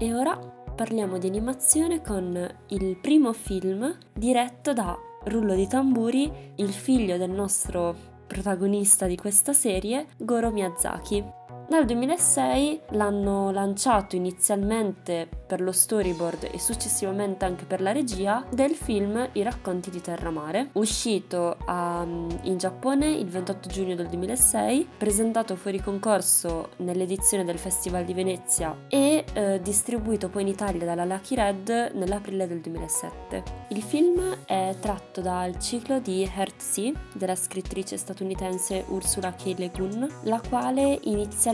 E ora parliamo di animazione con il primo film diretto da, rullo di tamburi, il figlio del nostro protagonista di questa serie, Goro Miyazaki. Nel 2006 l'hanno lanciato inizialmente per lo storyboard e successivamente anche per la regia del film I racconti di Terramare, uscito in Giappone il 28 giugno del 2006, presentato fuori concorso nell'edizione del Festival di Venezia e distribuito poi in Italia dalla Lucky Red nell'aprile del 2007. Il film è tratto dal ciclo di Earthsea della scrittrice statunitense Ursula K. Le Guin, la quale inizialmente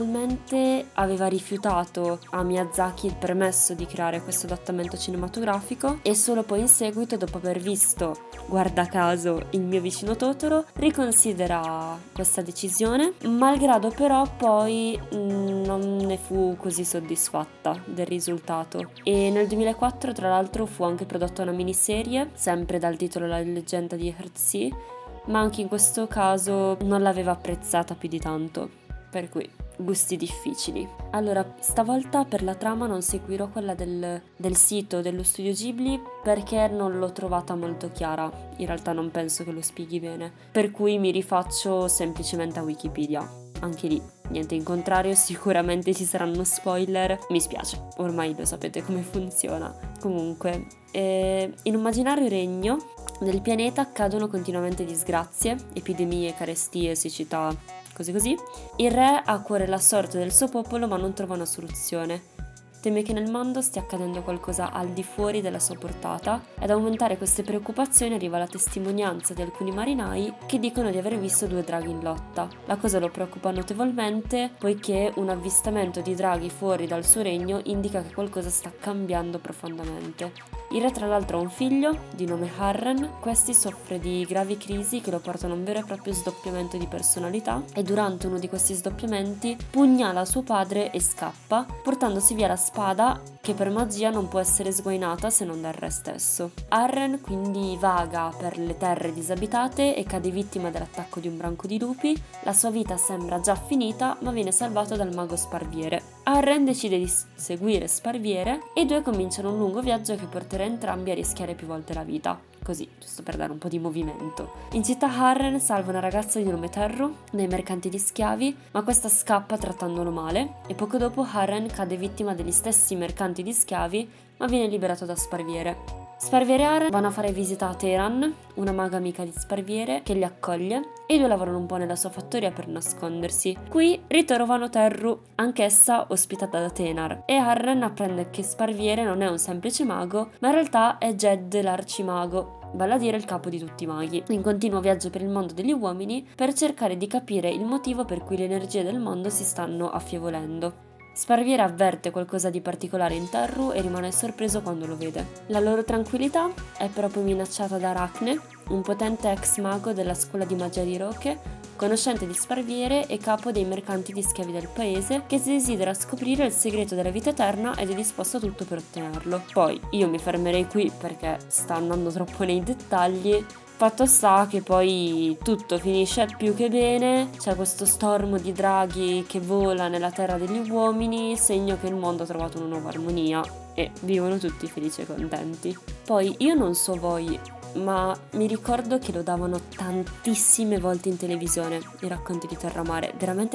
aveva rifiutato a Miyazaki il permesso di creare questo adattamento cinematografico e solo poi in seguito, dopo aver visto, guarda caso, Il mio vicino Totoro, riconsidera questa decisione, malgrado però poi non ne fu così soddisfatta del risultato. E nel 2004 tra l'altro fu anche prodotta una miniserie, sempre dal titolo La leggenda di Earthsea, ma anche in questo caso non l'aveva apprezzata più di tanto, per cui gusti difficili. Allora, stavolta per la trama non seguirò quella del sito dello studio Ghibli perché non l'ho trovata molto chiara, in realtà non penso che lo spieghi bene, per cui mi rifaccio semplicemente a Wikipedia. Anche lì, niente in contrario, sicuramente ci saranno spoiler, mi spiace, ormai lo sapete come funziona. Comunque, in un immaginario regno nel pianeta accadono continuamente disgrazie, epidemie, carestie, siccità, così. Il re ha a cuore la sorte del suo popolo ma non trova una soluzione. Teme che nel mondo stia accadendo qualcosa al di fuori della sua portata e ad aumentare queste preoccupazioni arriva la testimonianza di alcuni marinai che dicono di aver visto 2 draghi in lotta. La cosa lo preoccupa notevolmente poiché un avvistamento di draghi fuori dal suo regno indica che qualcosa sta cambiando profondamente. Il re tra l'altro ha un figlio di nome Harren, questi soffre di gravi crisi che lo portano a un vero e proprio sdoppiamento di personalità e durante uno di questi sdoppiamenti pugnala suo padre e scappa, portandosi via la spada che per magia non può essere sguainata se non dal re stesso. Harren quindi vaga per le terre disabitate e cade vittima dell'attacco di un branco di lupi, la sua vita sembra già finita ma viene salvato dal mago Sparviere. Harren decide di seguire Sparviere e i due cominciano un lungo viaggio che porterà entrambi a rischiare più volte la vita. Così, giusto per dare un po' di movimento. In città Harren salva una ragazza di nome Terru dai mercanti di schiavi, ma questa scappa trattandolo male e poco dopo Harren cade vittima degli stessi mercanti di schiavi, ma viene liberato da Sparviere. Sparviere e Harren vanno a fare visita a Teran, una maga amica di Sparviere che li accoglie e i due lavorano un po' nella sua fattoria per nascondersi. Qui ritrovano Terru, anch'essa ospitata da Tenar, e Harren apprende che Sparviere non è un semplice mago, ma in realtà è Jed l'arcimago, vale a dire il capo di tutti i maghi, in continuo viaggio per il mondo degli uomini per cercare di capire il motivo per cui le energie del mondo si stanno affievolendo. Sparviere avverte qualcosa di particolare in Terru e rimane sorpreso quando lo vede. La loro tranquillità è proprio minacciata da Arachne, un potente ex mago della scuola di magia di Roche, conoscente di Sparviere e capo dei mercanti di schiavi del paese, che desidera scoprire il segreto della vita eterna ed è disposto a tutto per ottenerlo. Poi io mi fermerei qui perché sta andando troppo nei dettagli. Fatto sta che poi tutto finisce più che bene, c'è questo stormo di draghi che vola nella terra degli uomini, segno che il mondo ha trovato una nuova armonia e vivono tutti felici e contenti. Poi io non so voi, ma mi ricordo che lo davano tantissime volte in televisione, i racconti di Terramare, veramente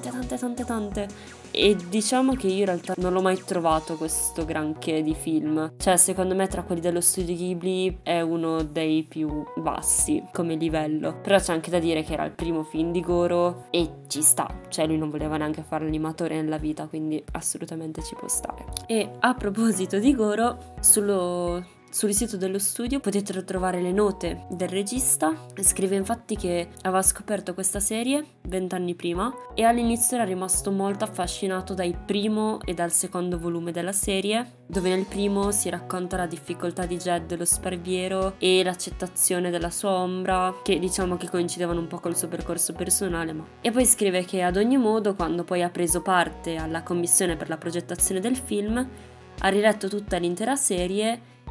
tante, e diciamo che io in realtà non l'ho mai trovato questo granché di film, cioè secondo me tra quelli dello studio Ghibli è uno dei più bassi come livello, però c'è anche da dire che era il primo film di Goro e ci sta, cioè lui non voleva neanche fare l'animatore nella vita, quindi assolutamente ci può stare. E a proposito di Goro, sul sito dello studio potete trovare le note del regista. Scrive infatti che aveva scoperto questa serie 20 anni prima e all'inizio era rimasto molto affascinato dal primo e dal secondo volume della serie, dove nel primo si racconta la difficoltà di Jed lo sparviero e l'accettazione della sua ombra, che diciamo che coincidevano un po' col suo percorso personale. E poi scrive che ad ogni modo, quando poi ha preso parte alla commissione per la progettazione del film, ha riletto tutta l'intera serie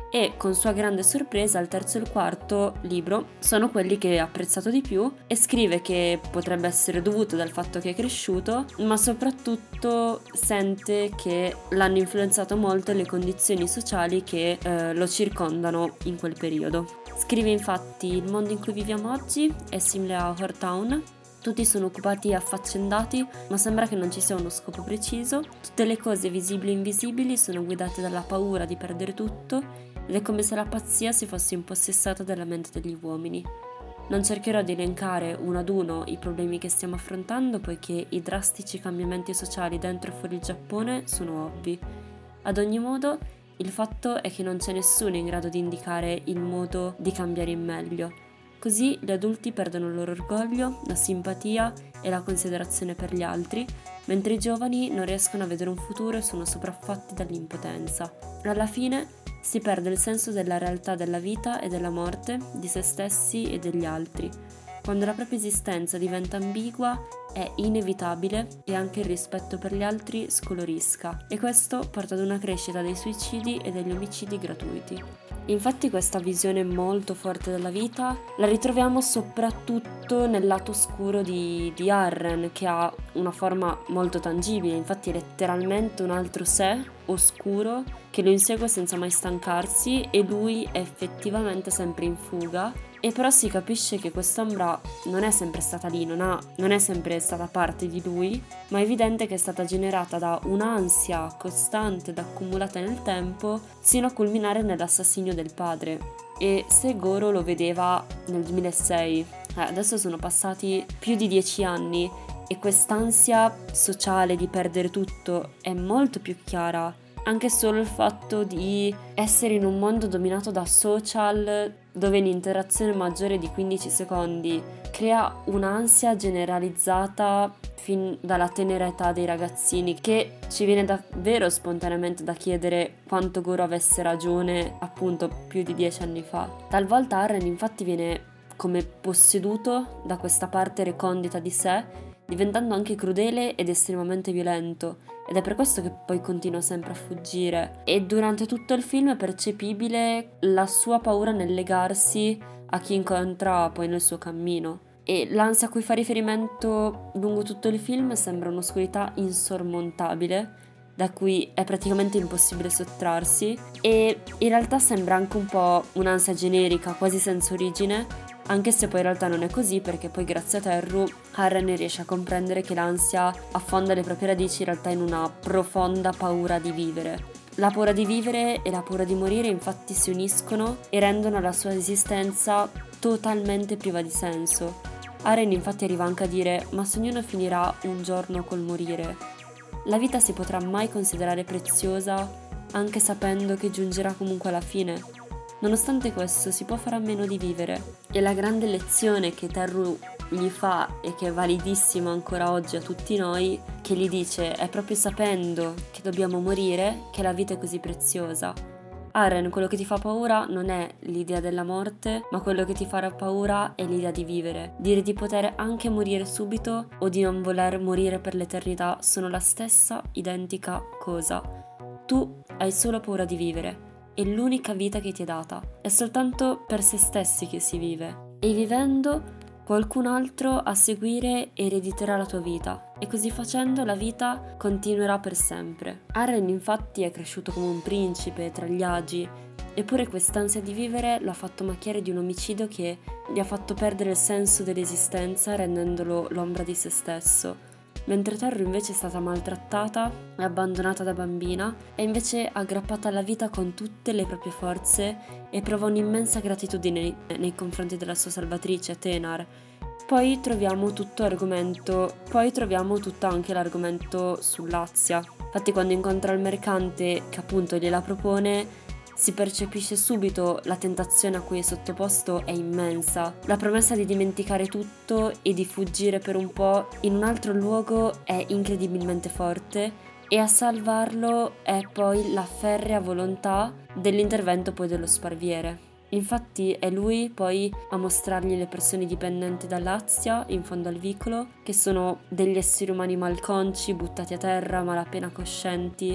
e con sua grande sorpresa il terzo e il quarto libro sono quelli che ha apprezzato di più, e scrive che potrebbe essere dovuto dal fatto che è cresciuto, ma soprattutto sente che l'hanno influenzato molto le condizioni sociali che lo circondano in quel periodo. Scrive infatti: il mondo in cui viviamo oggi è simile a Horror Town. Tutti sono occupati e affaccendati, ma sembra che non ci sia uno scopo preciso. Tutte le cose visibili e invisibili sono guidate dalla paura di perdere tutto, ed è come se la pazzia si fosse impossessata della mente degli uomini. Non cercherò di elencare uno ad uno i problemi che stiamo affrontando, poiché i drastici cambiamenti sociali dentro e fuori il Giappone sono ovvi. Ad ogni modo, il fatto è che non c'è nessuno in grado di indicare il modo di cambiare in meglio. Così gli adulti perdono il loro orgoglio, la simpatia e la considerazione per gli altri, mentre i giovani non riescono a vedere un futuro e sono sopraffatti dall'impotenza. Alla fine si perde il senso della realtà della vita e della morte, di se stessi e degli altri. Quando la propria esistenza diventa ambigua, è inevitabile e anche il rispetto per gli altri scolorisca, e questo porta ad una crescita dei suicidi e degli omicidi gratuiti. Infatti questa visione molto forte della vita la ritroviamo soprattutto nel lato oscuro di Arren, che ha una forma molto tangibile, infatti è letteralmente un altro sé oscuro che lo insegue senza mai stancarsi, e lui è effettivamente sempre in fuga. E però si capisce che quest'ombra non è sempre stata lì, non è sempre stata parte di lui, ma è evidente che è stata generata da un'ansia costante ed accumulata nel tempo, sino a culminare nell'assassinio del padre. E se Goro lo vedeva nel 2006, adesso sono passati più di 10 anni, e quest'ansia sociale di perdere tutto è molto più chiara. Anche solo il fatto di essere in un mondo dominato da social, dove l'interazione maggiore di 15 secondi crea un'ansia generalizzata fin dalla tenera età dei ragazzini, che ci viene davvero spontaneamente da chiedere quanto Goro avesse ragione appunto più di 10 anni fa. Talvolta Arren infatti viene come posseduto da questa parte recondita di sé, diventando anche crudele ed estremamente violento, ed è per questo che poi continua sempre a fuggire. E durante tutto il film è percepibile la sua paura nel legarsi a chi incontra poi nel suo cammino, e l'ansia a cui fa riferimento lungo tutto il film sembra un'oscurità insormontabile da cui è praticamente impossibile sottrarsi, e in realtà sembra anche un po' un'ansia generica, quasi senza origine, anche se poi in realtà non è così, perché poi grazie a Terru Arren riesce a comprendere che l'ansia affonda le proprie radici in realtà in una profonda paura di vivere. La paura di vivere e la paura di morire infatti si uniscono e rendono la sua esistenza totalmente priva di senso. Arren infatti arriva anche a dire: ma se ognuno finirà un giorno col morire, la vita si potrà mai considerare preziosa, anche sapendo che giungerà comunque alla fine? Nonostante questo si può fare a meno di vivere. E la grande lezione che Terru gli fa, e che è validissima ancora oggi a tutti noi, che gli dice: è proprio sapendo che dobbiamo morire che la vita è così preziosa. Arren, quello che ti fa paura non è l'idea della morte, ma quello che ti farà paura è l'idea di vivere. Dire di poter anche morire subito o di non voler morire per l'eternità sono la stessa identica cosa. Tu hai solo paura di vivere, e l'unica vita che ti è data è soltanto per se stessi che si vive, e vivendo qualcun altro a seguire erediterà la tua vita, e così facendo la vita continuerà per sempre. Arren infatti è cresciuto come un principe tra gli agi, eppure quest'ansia di vivere l'ha fatto macchiare di un omicidio che gli ha fatto perdere il senso dell'esistenza, rendendolo l'ombra di se stesso. Mentre Terru invece è stata maltrattata e abbandonata da bambina, è invece aggrappata alla vita con tutte le proprie forze e prova un'immensa gratitudine nei confronti della sua salvatrice, Tenar. Poi troviamo tutto anche l'argomento sull'Azia. Infatti quando incontra il mercante che appunto gliela propone, si percepisce subito la tentazione a cui è sottoposto è immensa. La promessa di dimenticare tutto e di fuggire per un po' in un altro luogo è incredibilmente forte, e a salvarlo è poi la ferrea volontà dell'intervento poi dello Sparviere. Infatti è lui poi a mostrargli le persone dipendenti dall'Azia in fondo al vicolo, che sono degli esseri umani malconci, buttati a terra, malapena coscienti,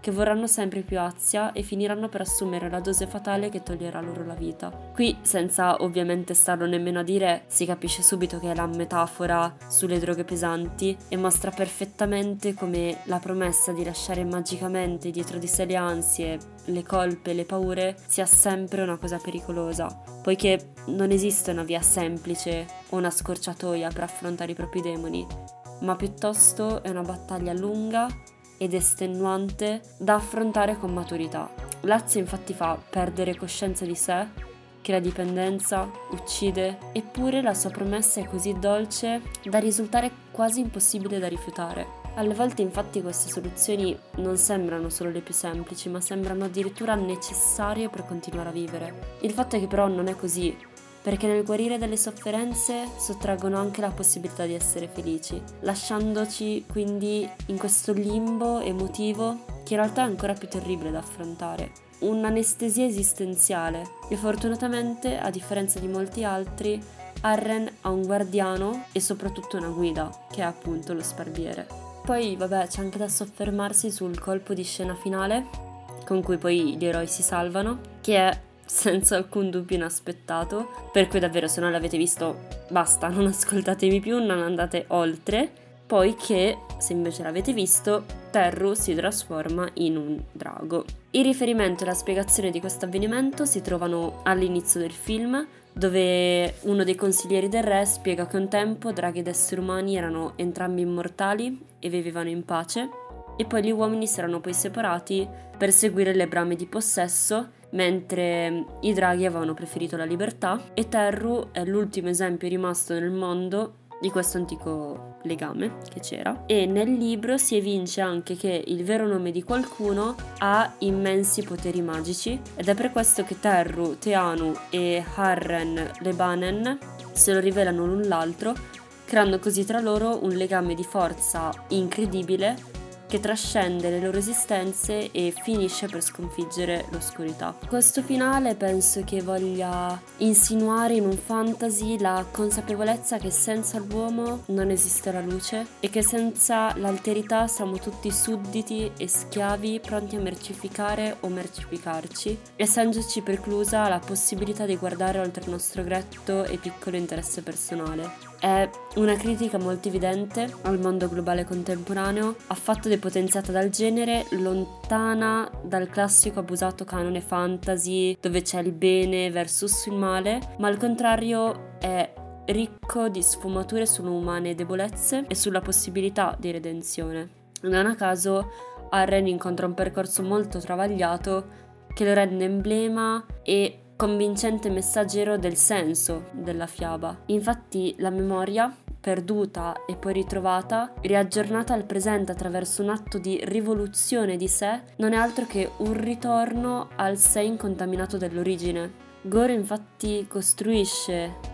che vorranno sempre più ansia e finiranno per assumere la dose fatale che toglierà loro la vita. Qui, senza ovviamente starlo nemmeno a dire, si capisce subito che è la metafora sulle droghe pesanti e mostra perfettamente come la promessa di lasciare magicamente dietro di sé le ansie, le colpe, le paure sia sempre una cosa pericolosa, poiché non esiste una via semplice o una scorciatoia per affrontare i propri demoni, ma piuttosto è una battaglia lunga ed estenuante da affrontare con maturità. Lazio infatti fa perdere coscienza di sé, che la dipendenza uccide, eppure la sua promessa è così dolce da risultare quasi impossibile da rifiutare. Alle volte infatti queste soluzioni non sembrano solo le più semplici, ma sembrano addirittura necessarie per continuare a vivere. Il fatto è che però non è così, perché nel guarire dalle sofferenze sottraggono anche la possibilità di essere felici, lasciandoci quindi in questo limbo emotivo che in realtà è ancora più terribile da affrontare. Un'anestesia esistenziale e fortunatamente, a differenza di molti altri, Arren ha un guardiano e soprattutto una guida, che è appunto lo Sbarbiere. Poi vabbè, c'è anche da soffermarsi sul colpo di scena finale, con cui poi gli eroi si salvano, che è senza alcun dubbio inaspettato, per cui davvero se non l'avete visto basta, non ascoltatemi più, non andate oltre, poiché se invece l'avete visto Terru si trasforma in un drago. Il riferimento e la spiegazione di questo avvenimento si trovano all'inizio del film, dove uno dei consiglieri del re spiega che un tempo draghi ed esseri umani erano entrambi immortali e vivevano in pace, e poi gli uomini si erano poi separati per seguire le brame di possesso, mentre i draghi avevano preferito la libertà, e Terru è l'ultimo esempio rimasto nel mondo di questo antico legame che c'era. E nel libro si evince anche che il vero nome di qualcuno ha immensi poteri magici, ed è per questo che Terru, Teanu e Harren Lebanen se lo rivelano l'un l'altro, creando così tra loro un legame di forza incredibile che trascende le loro esistenze e finisce per sconfiggere l'oscurità. Questo finale penso che voglia insinuare in un fantasy la consapevolezza che senza l'uomo non esiste la luce e che senza l'alterità siamo tutti sudditi e schiavi pronti a mercificare o mercificarci, essendoci preclusa la possibilità di guardare oltre il nostro gretto e piccolo interesse personale. È una critica molto evidente al mondo globale contemporaneo, affatto depotenziata dal genere, lontana dal classico abusato canone fantasy dove c'è il bene versus il male, ma al contrario è ricco di sfumature sull'umane debolezze e sulla possibilità di redenzione. Non a caso Arren incontra un percorso molto travagliato che lo rende emblema e convincente messaggero del senso della fiaba. Infatti la memoria, perduta e poi ritrovata, riaggiornata al presente attraverso un atto di rivoluzione di sé, non è altro che un ritorno al sé incontaminato dell'origine. Goro infatti costruisce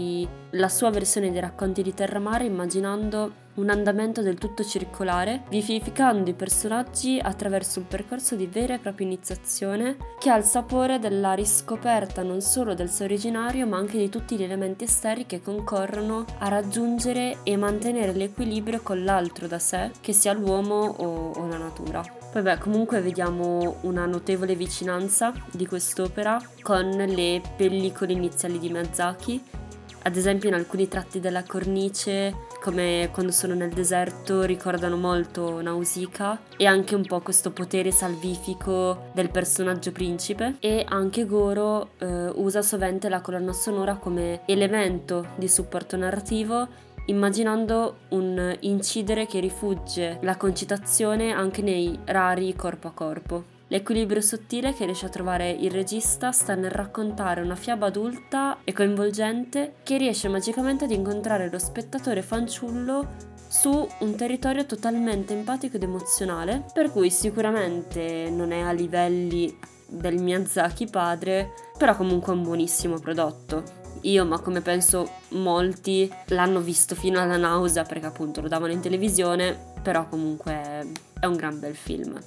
la sua versione dei racconti di Terramare immaginando un andamento del tutto circolare, vivificando i personaggi attraverso un percorso di vera e propria iniziazione che ha il sapore della riscoperta non solo del sé originario ma anche di tutti gli elementi esteri che concorrono a raggiungere e mantenere l'equilibrio con l'altro da sé, che sia l'uomo o la natura. Poi comunque vediamo una notevole vicinanza di quest'opera con le pellicole iniziali di Miyazaki. Ad esempio in alcuni tratti della cornice, come quando sono nel deserto, ricordano molto Nausicaa e anche un po' questo potere salvifico del personaggio principe. E anche Goro usa sovente la colonna sonora come elemento di supporto narrativo, immaginando un incidere che rifugge la concitazione anche nei rari corpo a corpo. L'equilibrio sottile che riesce a trovare il regista sta nel raccontare una fiaba adulta e coinvolgente che riesce magicamente ad incontrare lo spettatore fanciullo su un territorio totalmente empatico ed emozionale, per cui sicuramente non è a livelli del Miyazaki padre, però comunque è un buonissimo prodotto. Io, ma come penso molti, l'hanno visto fino alla nausea perché appunto lo davano in televisione, però comunque è un gran bel film.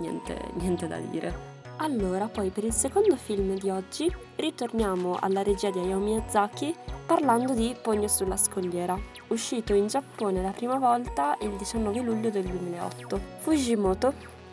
Niente da dire. Allora, poi per il secondo film di oggi ritorniamo alla regia di Hayao Miyazaki parlando di Pogno sulla scogliera, uscito in Giappone la prima volta il 19 luglio del 2008. Fujimoto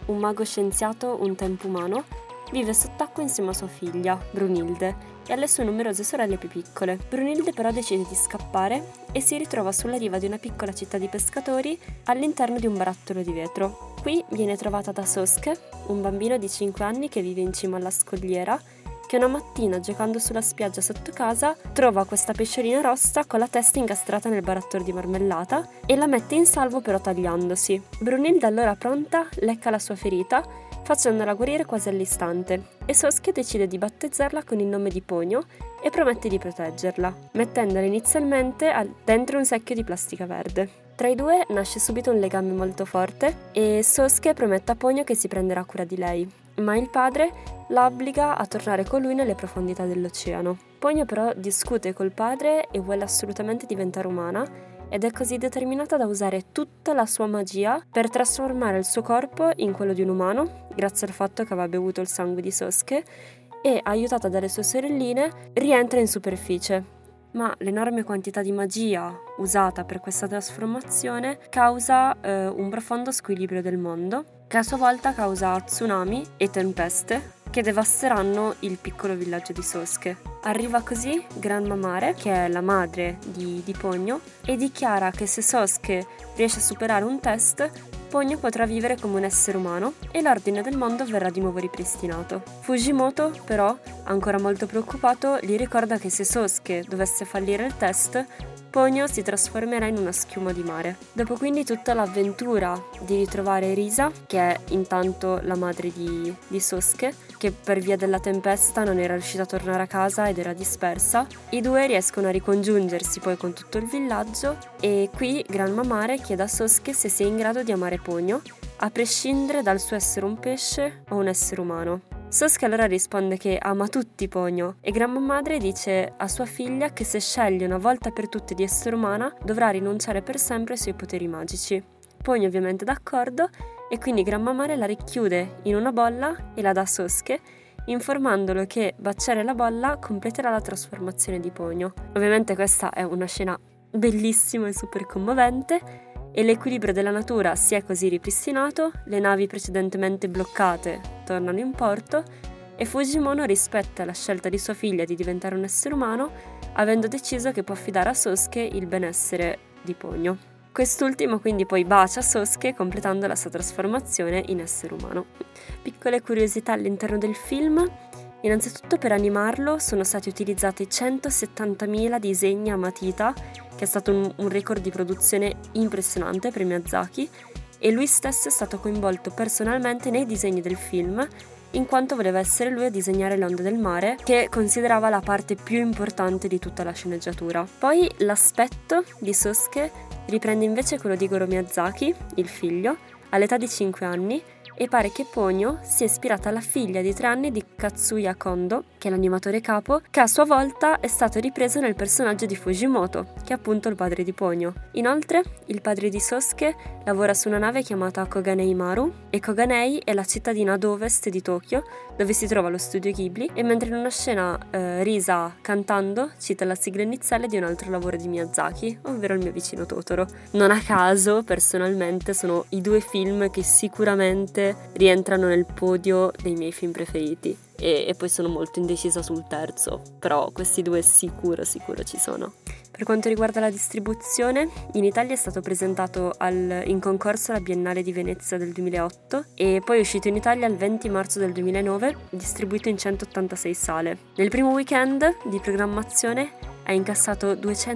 un mago scienziato un tempo umano, vive sott'acqua insieme a sua figlia, Brunilde, e alle sue numerose sorelle più piccole. Brunilde però decide di scappare e si ritrova sulla riva di una piccola città di pescatori all'interno di un barattolo di vetro. Qui viene trovata da Sosuke, un bambino di 5 anni che vive in cima alla scogliera, che una mattina, giocando sulla spiaggia sotto casa, trova questa pesciolina rossa con la testa incastrata nel barattolo di marmellata e la mette in salvo però tagliandosi. Brunilde, allora pronta, lecca la sua ferita, facendola guarire quasi all'istante, e Sosuke decide di battezzarla con il nome di Ponyo e promette di proteggerla, mettendola inizialmente dentro un secchio di plastica verde. Tra i due nasce subito un legame molto forte e Sosuke promette a Ponyo che si prenderà cura di lei, ma il padre la obbliga a tornare con lui nelle profondità dell'oceano. Ponyo però discute col padre e vuole assolutamente diventare umana, ed è così determinata da usare tutta la sua magia per trasformare il suo corpo in quello di un umano, grazie al fatto che aveva bevuto il sangue di Sosuke, e, aiutata dalle sue sorelline, rientra in superficie. Ma l'enorme quantità di magia usata per questa trasformazione causa un profondo squilibrio del mondo, che a sua volta causa tsunami e tempeste che devasteranno il piccolo villaggio di Sosuke. Arriva così Granma Mare, che è la madre di Ponyo, e dichiara che se Sosuke riesce a superare un test, Ponyo potrà vivere come un essere umano e l'ordine del mondo verrà di nuovo ripristinato. Fujimoto, però, ancora molto preoccupato, gli ricorda che se Sosuke dovesse fallire il test, Ponyo si trasformerà in una schiuma di mare. Dopo quindi tutta l'avventura di ritrovare Risa, che è intanto la madre di Sosuke, che per via della tempesta non era riuscita a tornare a casa ed era dispersa, i due riescono a ricongiungersi poi con tutto il villaggio, e qui Granma Mare chiede a Sosuke se sia in grado di amare Ponyo, a prescindere dal suo essere un pesce o un essere umano. Sosuke allora risponde che ama tutti Ponyo, e Granma Madre dice a sua figlia che se sceglie una volta per tutte di essere umana dovrà rinunciare per sempre ai suoi poteri magici. Ponyo ovviamente è d'accordo, e quindi Granma Madre la richiude in una bolla e la dà a Sosuke, informandolo che baciare la bolla completerà la trasformazione di Ponyo. Ovviamente questa è una scena bellissima e super commovente, e l'equilibrio della natura si è così ripristinato, le navi precedentemente bloccate tornano in porto e Fujimono rispetta la scelta di sua figlia di diventare un essere umano, avendo deciso che può affidare a Sosuke il benessere di Ponyo. Quest'ultimo quindi poi bacia Sosuke, completando la sua trasformazione in essere umano. Piccole curiosità all'interno del film. Innanzitutto, per animarlo sono stati utilizzati 170.000 disegni a matita, che è stato un record di produzione impressionante per Miyazaki, e lui stesso è stato coinvolto personalmente nei disegni del film, in quanto voleva essere lui a disegnare le onde del mare, che considerava la parte più importante di tutta la sceneggiatura. Poi l'aspetto di Sosuke riprende invece quello di Goro Miyazaki, il figlio, all'età di 5 anni, e pare che Ponyo sia ispirata alla figlia di 3 anni di Katsuya Kondo, che è l'animatore capo, che a sua volta è stato ripreso nel personaggio di Fujimoto, che è appunto il padre di Ponyo. Inoltre, il padre di Sosuke lavora su una nave chiamata Koganei Maru, e Koganei è la cittadina ad ovest di Tokyo, dove si trova lo studio Ghibli, e mentre in una scena Risa, cantando, cita la sigla iniziale di un altro lavoro di Miyazaki, ovvero Il mio vicino Totoro. Non a caso, personalmente, sono i 2 film che sicuramente rientrano nel podio dei miei film preferiti, e poi sono molto indecisa sul terzo, però questi 2 sicuro ci sono. Per quanto riguarda la distribuzione, in Italia è stato presentato in concorso alla Biennale di Venezia del 2008 e poi è uscito in Italia il 20 marzo del 2009, distribuito in 186 sale. Nel primo weekend di programmazione ha incassato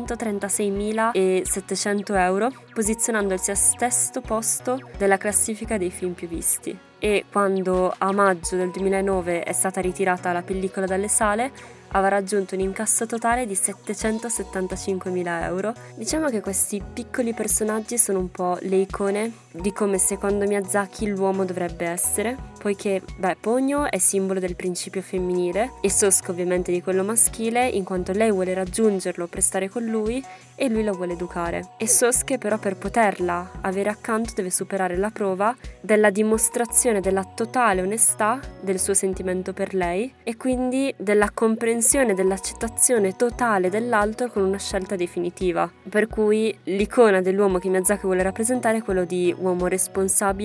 236.700 euro, posizionandosi al 6° posto della classifica dei film più visti. E quando a maggio del 2009 è stata ritirata la pellicola dalle sale, aveva raggiunto un incasso totale di 775.000 euro. Diciamo che questi piccoli personaggi sono un po' le icone di come secondo Miyazaki l'uomo dovrebbe essere, poiché Ponyo è simbolo del principio femminile e Sosuke ovviamente di quello maschile, in quanto lei vuole raggiungerlo per stare con lui e lui la vuole educare. E Sosuke però, per poterla avere accanto, deve superare la prova della dimostrazione della totale onestà del suo sentimento per lei, e quindi della comprensione, dell'accettazione totale dell'altro con una scelta definitiva. Per cui l'icona dell'uomo che Miyazaki vuole rappresentare è quello di uomo responsabile,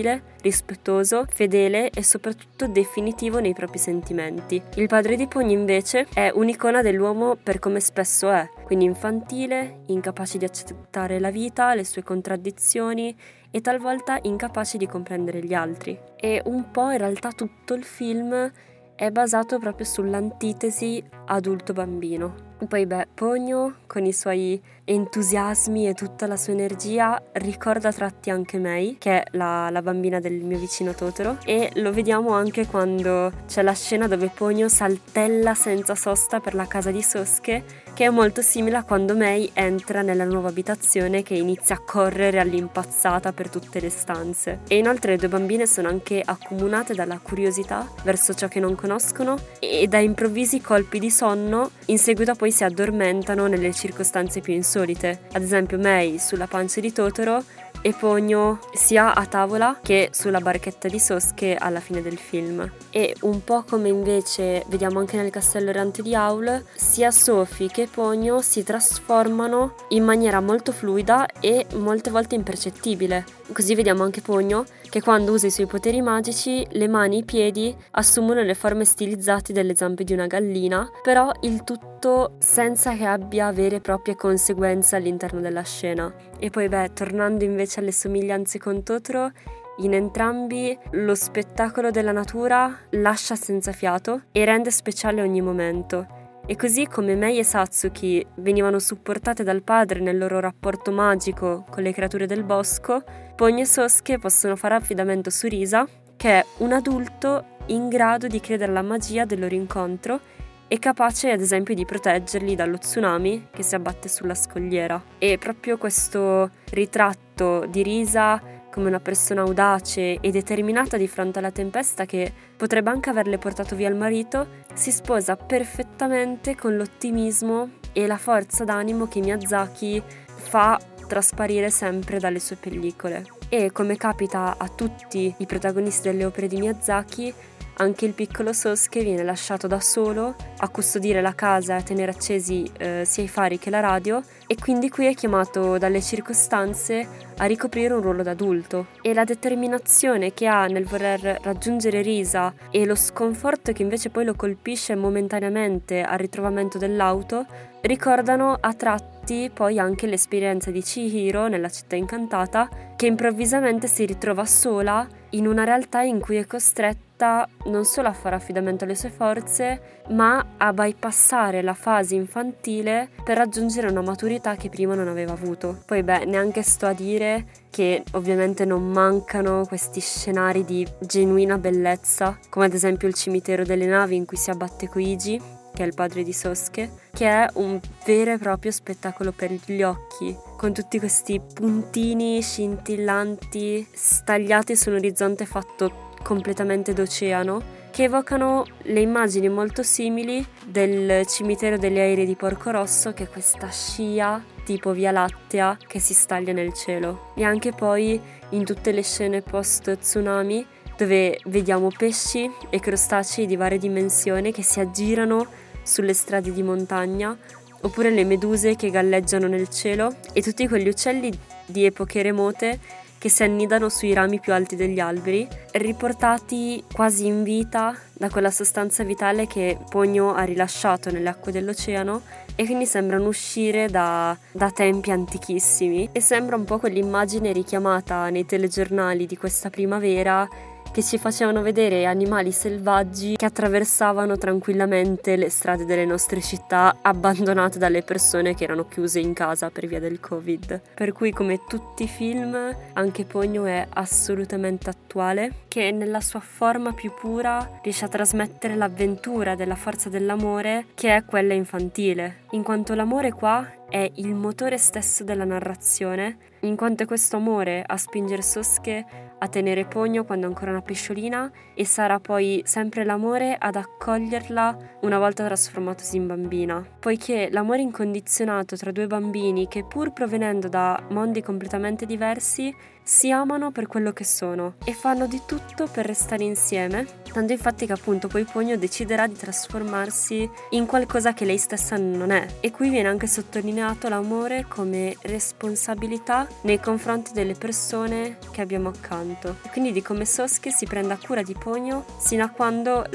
rispettoso, fedele e soprattutto definitivo nei propri sentimenti. Il padre di Pogno invece è un'icona dell'uomo per come spesso è, quindi infantile, incapace di accettare la vita, le sue contraddizioni e talvolta incapace di comprendere gli altri. E un po' in realtà tutto il film è basato proprio sull'antitesi adulto-bambino. Poi Pogno con i suoi entusiasmi e tutta la sua energia ricorda a tratti anche Mei, che è la bambina del mio vicino Totoro, e lo vediamo anche quando c'è la scena dove Pogno saltella senza sosta per la casa di Sosuke, che è molto simile a quando Mei entra nella nuova abitazione che inizia a correre all'impazzata per tutte le stanze. E inoltre le due bambine sono anche accomunate dalla curiosità verso ciò che non conoscono e da improvvisi colpi di sonno, in seguito poi si addormentano nelle circostanze più insolite. Ad esempio Mei sulla pancia di Totoro e Pogno sia a tavola che sulla barchetta di Sosuke alla fine del film. E un po' come invece vediamo anche nel Castello Errante di Howl, sia Sophie che Pogno si trasformano in maniera molto fluida e molte volte impercettibile. Così vediamo anche Pogno che quando usa i suoi poteri magici le mani e i piedi assumono le forme stilizzate delle zampe di una gallina, però il tutto senza che abbia vere e proprie conseguenze all'interno della scena. E poi tornando invece alle somiglianze con Totoro, in entrambi lo spettacolo della natura lascia senza fiato e rende speciale ogni momento. E così come Mei e Satsuki venivano supportate dal padre nel loro rapporto magico con le creature del bosco, Pogno e Sosuke possono fare affidamento su Risa, che è un adulto in grado di credere alla magia del loro incontro e capace ad esempio di proteggerli dallo tsunami che si abbatte sulla scogliera. E proprio questo ritratto di Risa come una persona audace e determinata di fronte alla tempesta che potrebbe anche averle portato via il marito, si sposa perfettamente con l'ottimismo e la forza d'animo che Miyazaki fa trasparire sempre dalle sue pellicole. E come capita a tutti i protagonisti delle opere di Miyazaki, anche il piccolo Sosuke viene lasciato da solo a custodire la casa e a tenere accesi sia i fari che la radio, e quindi qui è chiamato dalle circostanze a ricoprire un ruolo d'adulto. E la determinazione che ha nel voler raggiungere Risa e lo sconforto che invece poi lo colpisce momentaneamente al ritrovamento dell'auto ricordano a tratti poi anche l'esperienza di Chihiro nella città incantata, che improvvisamente si ritrova sola in una realtà in cui è costretta non solo a fare affidamento alle sue forze, ma a bypassare la fase infantile per raggiungere una maturità che prima non aveva avuto. Poi neanche sto a dire che ovviamente non mancano questi scenari di genuina bellezza, come ad esempio il cimitero delle navi in cui si abbatte Koigi, che è il padre di Sosuke, che è un vero e proprio spettacolo per gli occhi, con tutti questi puntini scintillanti stagliati su un orizzonte fatto completamente d'oceano, che evocano le immagini molto simili del cimitero degli aerei di Porco Rosso, che è questa scia tipo Via Lattea che si staglia nel cielo. E anche poi in tutte le scene post tsunami, dove vediamo pesci e crostacei di varie dimensioni che si aggirano sulle strade di montagna, oppure le meduse che galleggiano nel cielo e tutti quegli uccelli di epoche remote che si annidano sui rami più alti degli alberi, riportati quasi in vita da quella sostanza vitale che Pogno ha rilasciato nelle acque dell'oceano, e quindi sembrano uscire da tempi antichissimi, e sembra un po' quell'immagine richiamata nei telegiornali di questa primavera che ci facevano vedere animali selvaggi che attraversavano tranquillamente le strade delle nostre città, abbandonate dalle persone che erano chiuse in casa per via del Covid. Per cui, come tutti i film, anche Pogno è assolutamente attuale, che nella sua forma più pura riesce a trasmettere l'avventura della forza dell'amore, che è quella infantile, in quanto l'amore qua è il motore stesso della narrazione, in quanto è questo amore a spingere Sosuke a tenere Pogno quando è ancora una pesciolina, e sarà poi sempre l'amore ad accoglierla una volta trasformatosi in bambina, poiché l'amore incondizionato tra due bambini che, pur provenendo da mondi completamente diversi, si amano per quello che sono e fanno di tutto per restare insieme, tanto infatti che appunto poi Ponyo deciderà di trasformarsi in qualcosa che lei stessa non è. E qui viene anche sottolineato l'amore come responsabilità nei confronti delle persone che abbiamo accanto, e quindi di come Sosuke si prenda cura di Ponyo sin da quando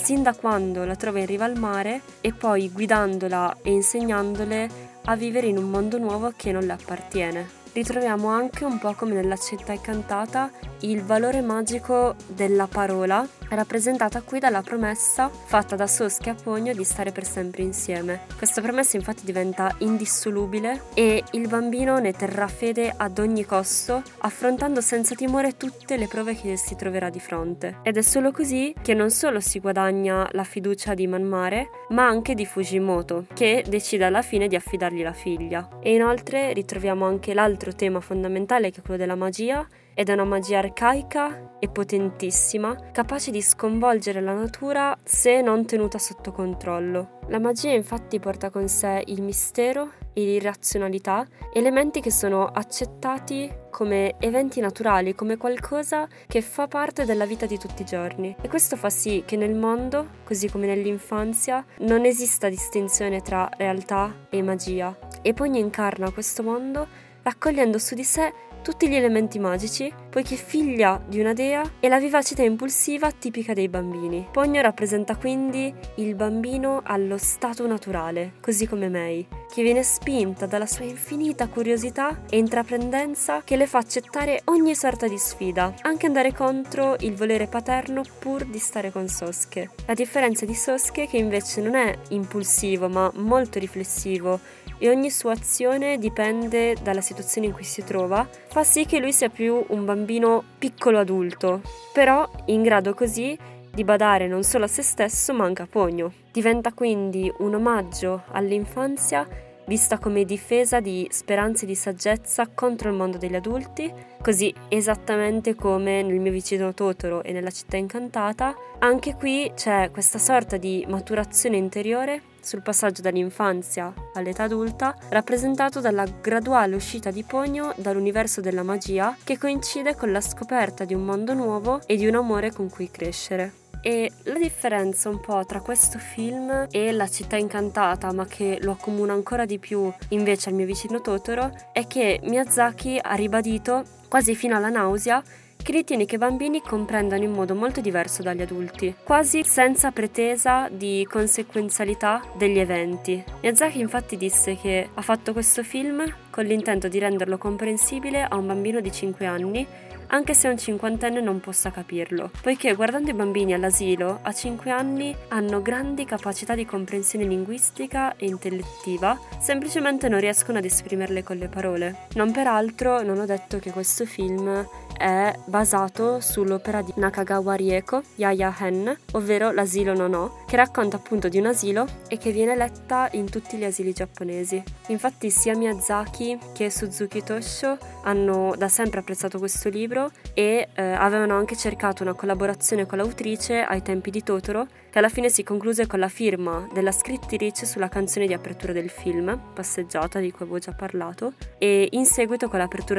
la trova in riva al mare, e poi guidandola e insegnandole a vivere in un mondo nuovo che non le appartiene. Ritroviamo anche, un po' come nella Città Incantata, il valore magico della parola, rappresentata qui dalla promessa fatta da Sosuke a Ponyo di stare per sempre insieme. Questa promessa infatti diventa indissolubile e il bambino ne terrà fede ad ogni costo, affrontando senza timore tutte le prove che si troverà di fronte. Ed è solo così che non solo si guadagna la fiducia di Manmare, ma anche di Fujimoto, che decide alla fine di affidargli la figlia. E inoltre ritroviamo anche l'altro tema fondamentale, che è quello della magia, ed è una magia arcaica e potentissima, capace di sconvolgere la natura se non tenuta sotto controllo. La magia infatti porta con sé il mistero e l'irrazionalità, elementi che sono accettati come eventi naturali, come qualcosa che fa parte della vita di tutti i giorni. E questo fa sì che nel mondo, così come nell'infanzia, non esista distinzione tra realtà e magia. E Ponyo incarna questo mondo raccogliendo su di sé tutti gli elementi magici, poiché figlia di una dea e la vivacità impulsiva tipica dei bambini. Ponyo rappresenta quindi il bambino allo stato naturale, così come Mei, che viene spinta dalla sua infinita curiosità e intraprendenza che le fa accettare ogni sorta di sfida, anche andare contro il volere paterno pur di stare con Sosuke. La differenza di Sosuke, che invece non è impulsivo ma molto riflessivo, e ogni sua azione dipende dalla situazione in cui si trova, fa sì che lui sia più un bambino piccolo adulto, però in grado così di badare non solo a se stesso ma anche a Ponyo. Diventa quindi un omaggio all'infanzia vista come difesa di speranze e di saggezza contro il mondo degli adulti, così esattamente come nel mio vicino Totoro e nella Città Incantata. Anche qui c'è questa sorta di maturazione interiore sul passaggio dall'infanzia all'età adulta, rappresentato dalla graduale uscita di Ponyo dall'universo della magia, che coincide con la scoperta di un mondo nuovo e di un amore con cui crescere. E la differenza un po' tra questo film e La Città Incantata, ma che lo accomuna ancora di più invece al mio vicino Totoro, è che Miyazaki ha ribadito, quasi fino alla nausea, che ritiene che i bambini comprendano in modo molto diverso dagli adulti, quasi senza pretesa di conseguenzialità degli eventi. Miyazaki infatti disse che ha fatto questo film con l'intento di renderlo comprensibile a un bambino di 5 anni, anche se un cinquantenne non possa capirlo, poiché guardando i bambini all'asilo a 5 anni hanno grandi capacità di comprensione linguistica e intellettiva, semplicemente non riescono ad esprimerle con le parole. Non ho detto che questo film è basato sull'opera di Nakagawa Rieko, Yaya Hen, ovvero L'asilo no, che racconta appunto di un asilo e che viene letta in tutti gli asili giapponesi. Infatti sia Miyazaki che Suzuki Toshio hanno da sempre apprezzato questo libro e avevano anche cercato una collaborazione con l'autrice ai tempi di Totoro, che alla fine si concluse con la firma della scrittrice sulla canzone di apertura del film, Passeggiata, di cui avevo già parlato, e in seguito con l'apertura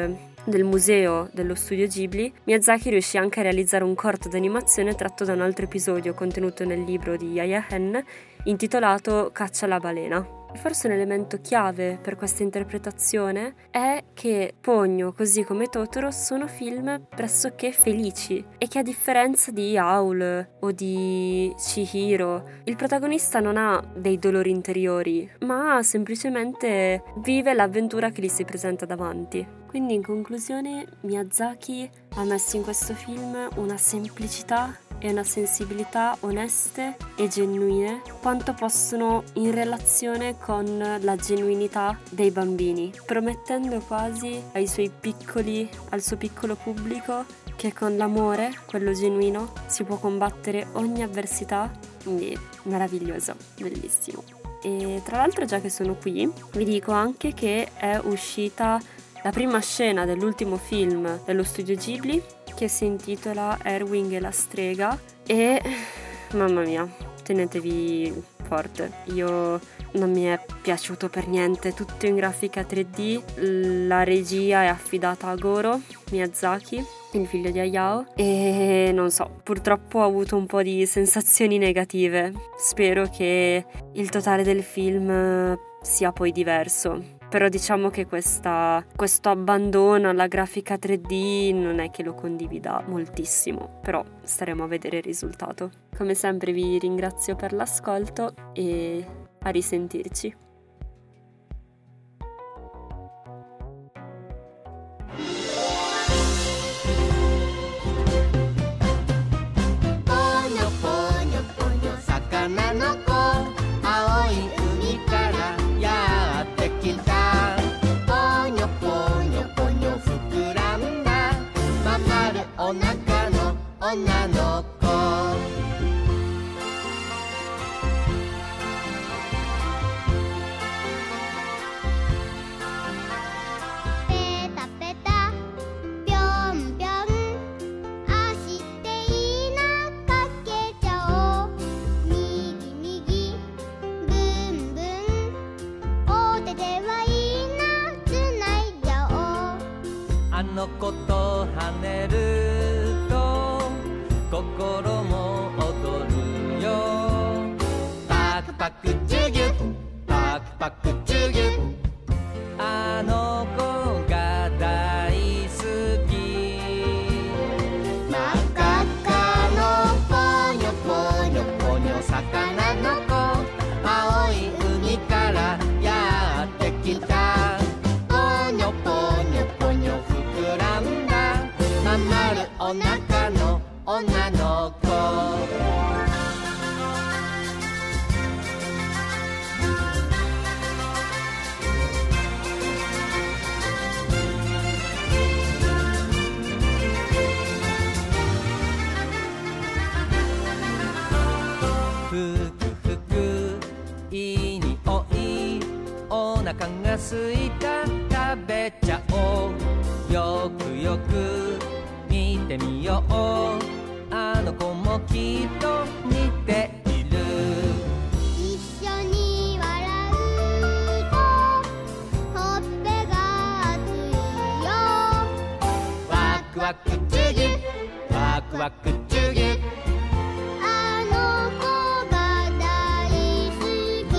del museo dello studio Ghibli, Miyazaki riuscì anche a realizzare un corto d'animazione tratto da un altro episodio contenuto nel libro di Yaya Hen intitolato Caccia alla balena. Forse un elemento chiave per questa interpretazione è che Ponyo, così come Totoro, sono film pressoché felici e che, a differenza di Howl o di Chihiro, il protagonista non ha dei dolori interiori, ma semplicemente vive l'avventura che gli si presenta davanti. Quindi, in conclusione, Miyazaki ha messo in questo film una semplicità e una sensibilità oneste e genuine quanto possono in relazione con la genuinità dei bambini, promettendo quasi al suo piccolo pubblico che con l'amore, quello genuino, si può combattere ogni avversità. Quindi meraviglioso, bellissimo. E tra l'altro, già che sono qui, vi dico anche che è uscita la prima scena dell'ultimo film dello studio Ghibli, che si intitola Erwin e la strega, e mamma mia, tenetevi forte. Non mi è piaciuto per niente, tutto in grafica 3D, la regia è affidata a Goro Miyazaki, il figlio di Hayao, e non so, purtroppo ho avuto un po' di sensazioni negative. Spero che il totale del film sia poi diverso. Però diciamo che questo abbandono alla grafica 3D non è che lo condivida moltissimo, però staremo a vedere il risultato. Come sempre vi ringrazio per l'ascolto e a risentirci. すいた食べちゃおうよくよく見てみようあの子もきっと似ている一緒に笑うとほっぺが熱いよワクワクチュギワクワクチュギあの子が大好き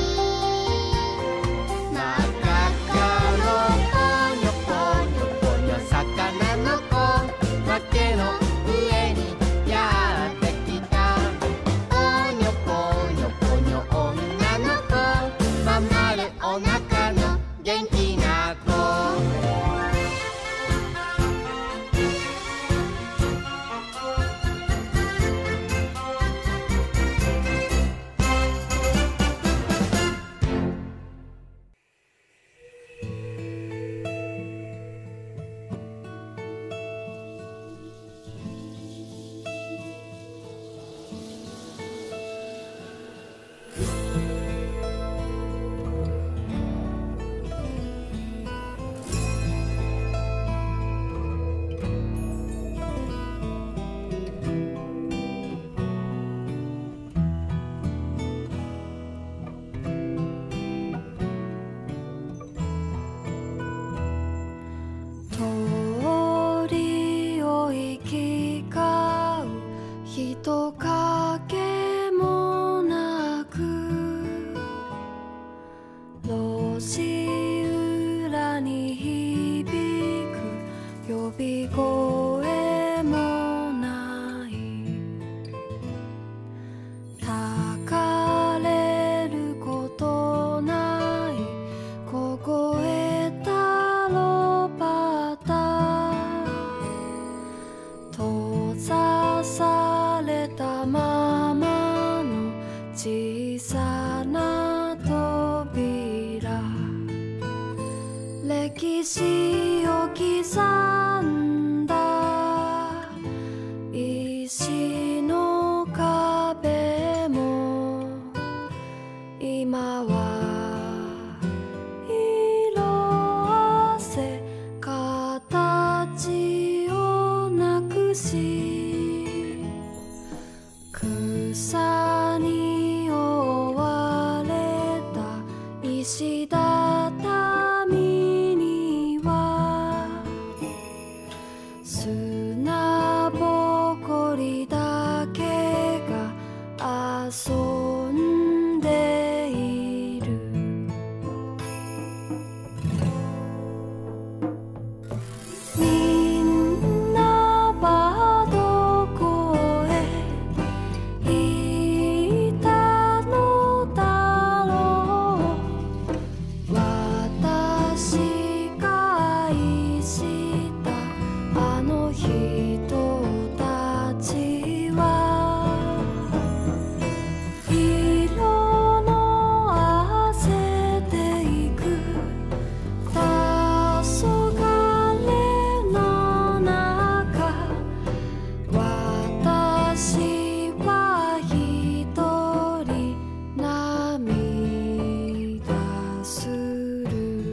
真っ赤っかのポニョポニョポニョ魚の子崖の上にやってきたポニョポニョポニョ女の子まん丸お腹の元気な子鳥を行き交う人影もなく路地裏に響く呼び声もないたかれることない凍えたロバタ閉ざされたままの小さな扉歴史を刻んだ石の壁も今は色あせ形をなくし草に覆わんでいるみんなはどこへ行ったのだろう私が愛したあの人たちは色の汗でいく黄昏の中私は一人涙する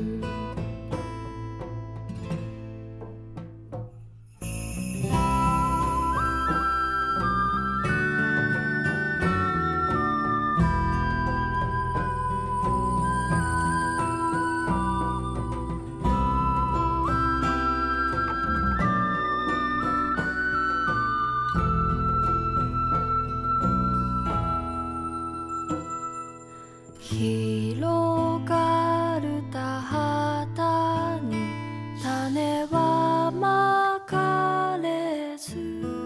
広がる田畑に種はまかれず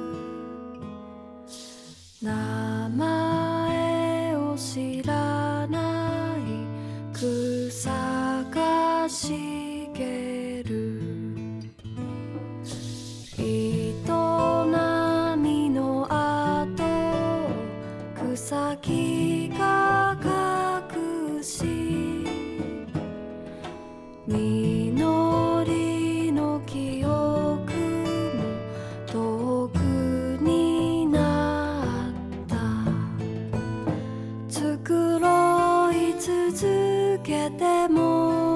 名前を知らない草が茂る営みの後を草木が隠し実りの記憶も遠くになった繕い続けても